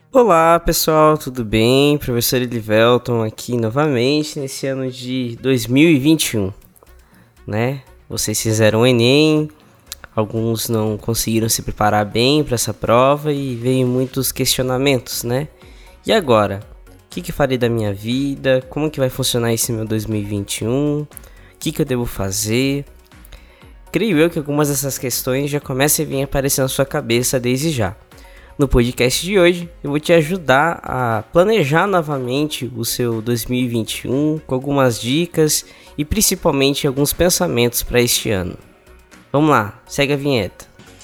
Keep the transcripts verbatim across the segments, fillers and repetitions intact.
Olá pessoal, tudo bem? Professor Elivelton aqui novamente nesse ano de dois mil e vinte e um, né? Vocês fizeram o Enem, alguns não conseguiram se preparar bem para essa prova e veio muitos questionamentos, né? E agora? O que que farei da minha vida? Como que vai funcionar esse meu dois mil e vinte e um? O que que eu devo fazer? Creio eu que algumas dessas questões já comecem a vir aparecer na sua cabeça desde já. No podcast de hoje, eu vou te ajudar a planejar novamente o seu dois mil e vinte e um com algumas dicas e principalmente alguns pensamentos para este ano. Vamos lá, segue a vinheta.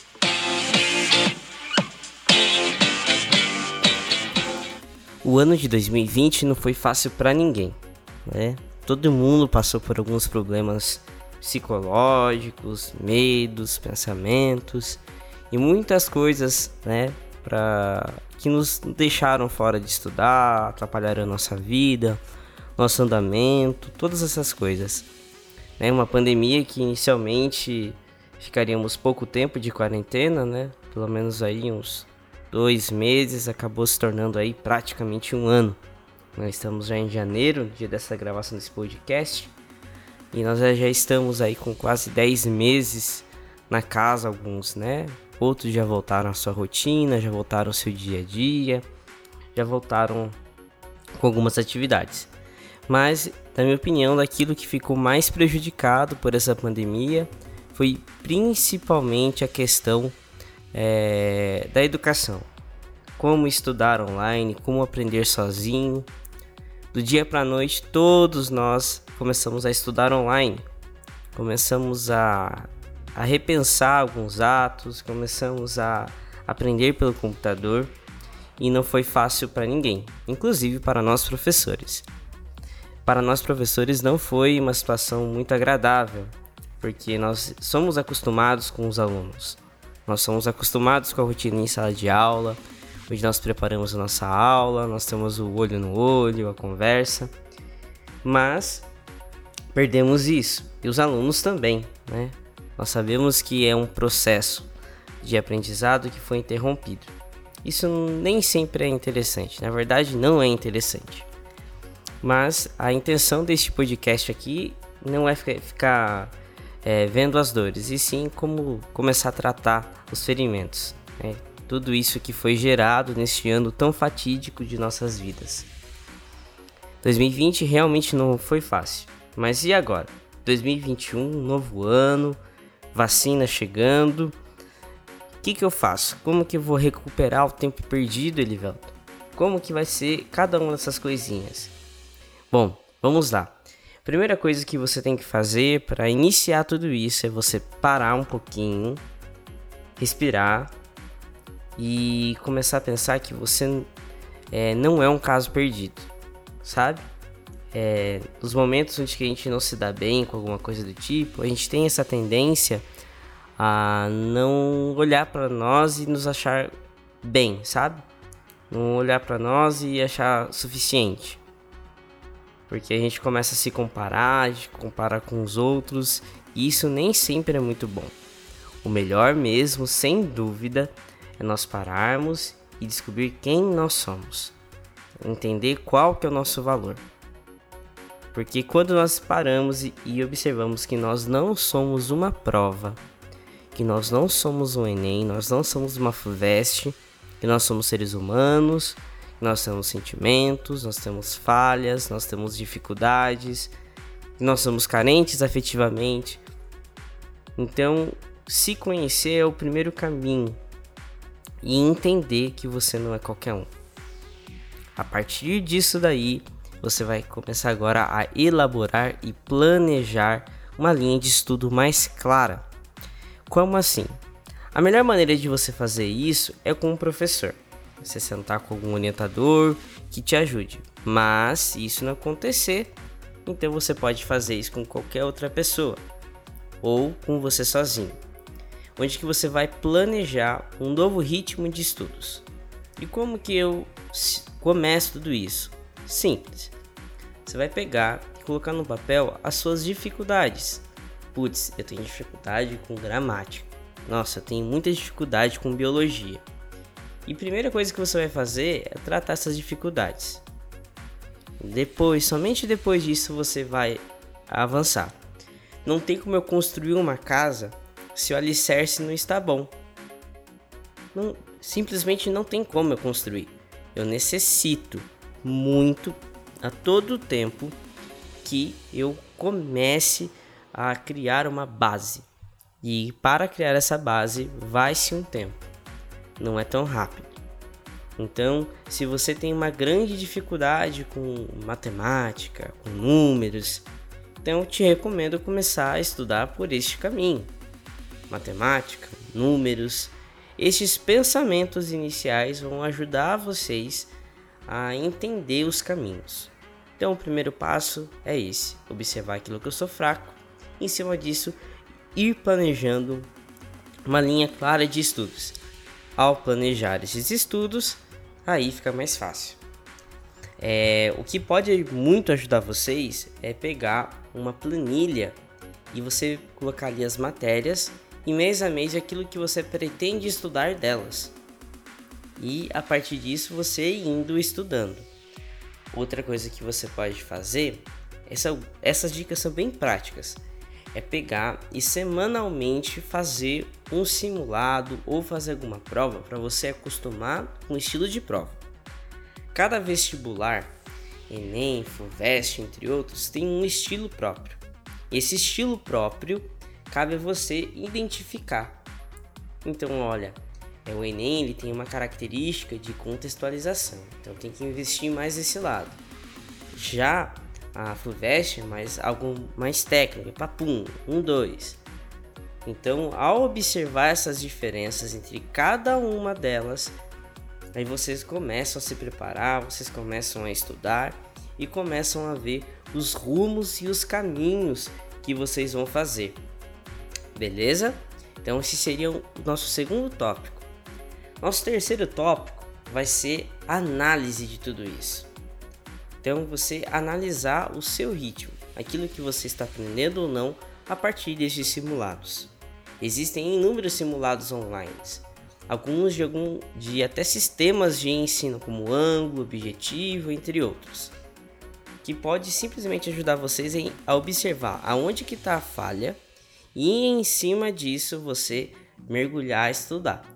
O ano de dois mil e vinte não foi fácil para ninguém, né? Todo mundo passou por alguns problemas psicológicos, medos, pensamentos e muitas coisas, né? Pra, que nos deixaram fora de estudar, atrapalharam a nossa vida, nosso andamento, todas essas coisas. Né? Uma pandemia que inicialmente ficaríamos pouco tempo de quarentena, né? Pelo menos aí uns dois meses, acabou se tornando aí praticamente um ano. Nós estamos já em janeiro, dia dessa gravação desse podcast, e nós já estamos aí com quase dez meses na casa, alguns, né? Outros já voltaram à sua rotina, já voltaram ao seu dia a dia, já voltaram com algumas atividades. Mas, na minha opinião, daquilo que ficou mais prejudicado por essa pandemia foi principalmente a questão é, da educação. Como estudar online, como aprender sozinho. Do dia para a noite, todos nós começamos a estudar online. Começamos a a repensar alguns atos, começamos a aprender pelo computador e não foi fácil para ninguém, inclusive para nós professores. Para nós professores não foi uma situação muito agradável, porque nós somos acostumados com os alunos, nós somos acostumados com a rotina em sala de aula, onde nós preparamos a nossa aula, nós temos o olho no olho, a conversa, mas perdemos isso, e os alunos também, né? Nós sabemos que é um processo de aprendizado que foi interrompido. Isso nem sempre é interessante, na verdade não é interessante. Mas a intenção deste podcast aqui não é ficar é, vendo as dores, e sim como começar a tratar os ferimentos. Né? Tudo isso que foi gerado neste ano tão fatídico de nossas vidas. dois mil e vinte realmente não foi fácil, mas e agora? dois mil e vinte e um, novo ano, vacina chegando, o que que eu faço? Como que eu vou recuperar o tempo perdido, Elivelton? Como que vai ser cada uma dessas coisinhas? Bom, vamos lá. Primeira coisa que você tem que fazer para iniciar tudo isso é você parar um pouquinho, respirar e começar a pensar que você é, não é um caso perdido, sabe? É, nos momentos onde a gente não se dá bem com alguma coisa do tipo, a gente tem essa tendência a não olhar para nós e nos achar bem, sabe? Não olhar para nós e achar suficiente. Porque a gente começa a se comparar, a gente compara com os outros, e isso nem sempre é muito bom. O melhor mesmo, sem dúvida, é nós pararmos e descobrir quem nós somos. Entender qual que é o nosso valor. Porque quando nós paramos e observamos que nós não somos uma prova, que nós não somos um Enem, nós não somos uma FUVEST, que nós somos seres humanos, que nós temos sentimentos, nós temos falhas, nós temos dificuldades, que nós somos carentes afetivamente. Então, se conhecer é o primeiro caminho e entender que você não é qualquer um. A partir disso daí, você vai começar agora a elaborar e planejar uma linha de estudo mais clara. Como assim? A melhor maneira de você fazer isso é com um professor. Você sentar com algum orientador que te ajude. Mas se isso não acontecer, então você pode fazer isso com qualquer outra pessoa. Ou com você sozinho. Onde que você vai planejar um novo ritmo de estudos. E como que eu começo tudo isso? Simples. Você vai pegar e colocar no papel as suas dificuldades. Putz, eu tenho dificuldade com gramática. Nossa, eu tenho muita dificuldade com biologia. E a primeira coisa que você vai fazer é tratar essas dificuldades. Depois, somente depois disso você vai avançar. Não tem como eu construir uma casa se o alicerce não está bom. Não, simplesmente não tem como eu construir. Eu necessito muito, a todo tempo, que eu comece a criar uma base. E para criar essa base vai-se um tempo. Não é tão rápido. Então, se você tem uma grande dificuldade com matemática, com números, então eu te recomendo começar a estudar por este caminho. Matemática, números, estes pensamentos iniciais vão ajudar vocês a entender os caminhos. Então, o primeiro passo é esse: observar aquilo que eu sou fraco, e em cima disso, ir planejando uma linha clara de estudos. Ao planejar esses estudos, aí fica mais fácil. É, o que pode muito ajudar vocês é pegar uma planilha e você colocar ali as matérias e mês a mês aquilo que você pretende estudar delas. E a partir disso você indo estudando. Outra coisa que você pode fazer, essa, essas dicas são bem práticas, é pegar e semanalmente fazer um simulado ou fazer alguma prova para você acostumar com o estilo de prova. Cada vestibular, Enem, Fuvest, entre outros, tem um estilo próprio. Esse estilo próprio cabe a você identificar. Então, olha, é, o Enem ele tem uma característica de contextualização, então tem que investir mais nesse lado. Já a Fuvest é mais, algo mais técnico, papum, um, dois. Então, ao observar essas diferenças entre cada uma delas, aí vocês começam a se preparar, vocês começam a estudar e começam a ver os rumos e os caminhos que vocês vão fazer. Beleza? Então, esse seria o nosso segundo tópico. Nosso terceiro tópico vai ser a análise de tudo isso. Então, você analisar o seu ritmo, aquilo que você está aprendendo ou não a partir desses simulados. Existem inúmeros simulados online, alguns de, algum, de até sistemas de ensino como Ângulo, Objetivo, entre outros, que pode simplesmente ajudar vocês a observar aonde que está a falha e em cima disso você mergulhar e estudar.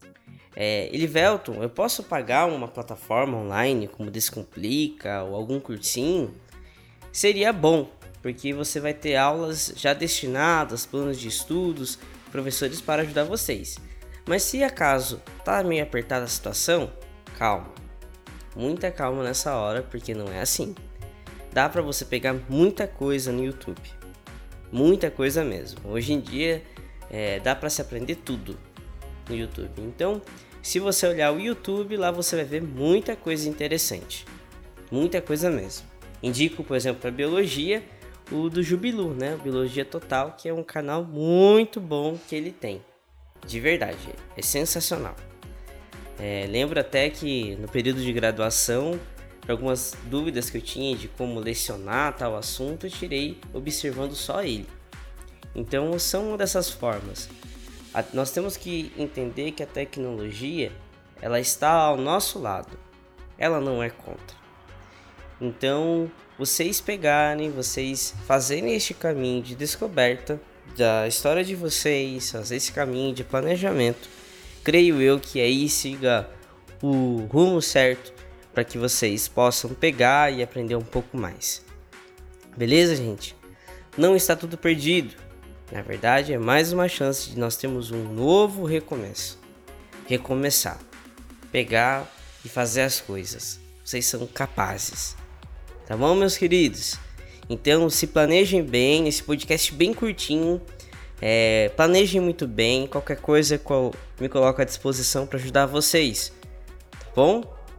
É, Elivelton, eu posso pagar uma plataforma online como Descomplica ou algum cursinho? Seria bom, porque você vai ter aulas já destinadas, planos de estudos, professores para ajudar vocês. Mas se acaso tá meio apertada a situação, calma. Muita calma nessa hora, porque não é assim. Dá para você pegar muita coisa no YouTube. Muita coisa mesmo. Hoje em dia é, dá para se aprender tudo no YouTube. Então, se você olhar o YouTube, lá você vai ver muita coisa interessante. Muita coisa mesmo. Indico, por exemplo, para biologia, o do Jubilu, né? Biologia Total, que é um canal muito bom que ele tem. De verdade, é sensacional. É, lembro até que no período de graduação, algumas dúvidas que eu tinha de como lecionar tal assunto, eu tirei observando só ele. Então, são uma dessas formas. Nós temos que entender que a tecnologia ela está ao nosso lado, ela não é contra. Então, vocês pegarem, vocês fazerem este caminho de descoberta da história de vocês, fazer esse caminho de planejamento, creio eu que aí siga o rumo certo para que vocês possam pegar e aprender um pouco mais. Beleza, gente? Não está tudo perdido. Na verdade, é mais uma chance de nós termos um novo recomeço. Recomeçar. Pegar e fazer as coisas. Vocês são capazes. Tá bom, meus queridos? Então, se planejem bem. Esse podcast bem curtinho. É, planejem muito bem. Qualquer coisa eu me coloco à disposição para ajudar vocês. Tá bom?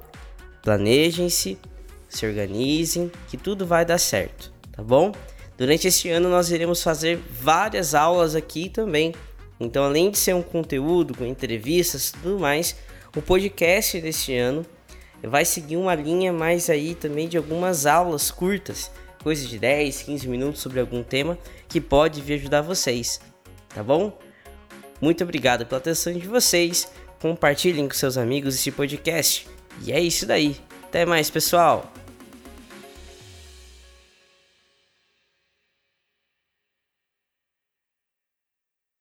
Planejem-se. Se organizem. Que tudo vai dar certo. Tá bom? Durante este ano nós iremos fazer várias aulas aqui também. Então, além de ser um conteúdo com entrevistas e tudo mais, o podcast deste ano vai seguir uma linha mais aí também de algumas aulas curtas, coisa de dez, quinze minutos sobre algum tema que pode vir ajudar vocês, tá bom? Muito obrigado pela atenção de vocês, compartilhem com seus amigos esse podcast. E é isso daí. Até mais, pessoal!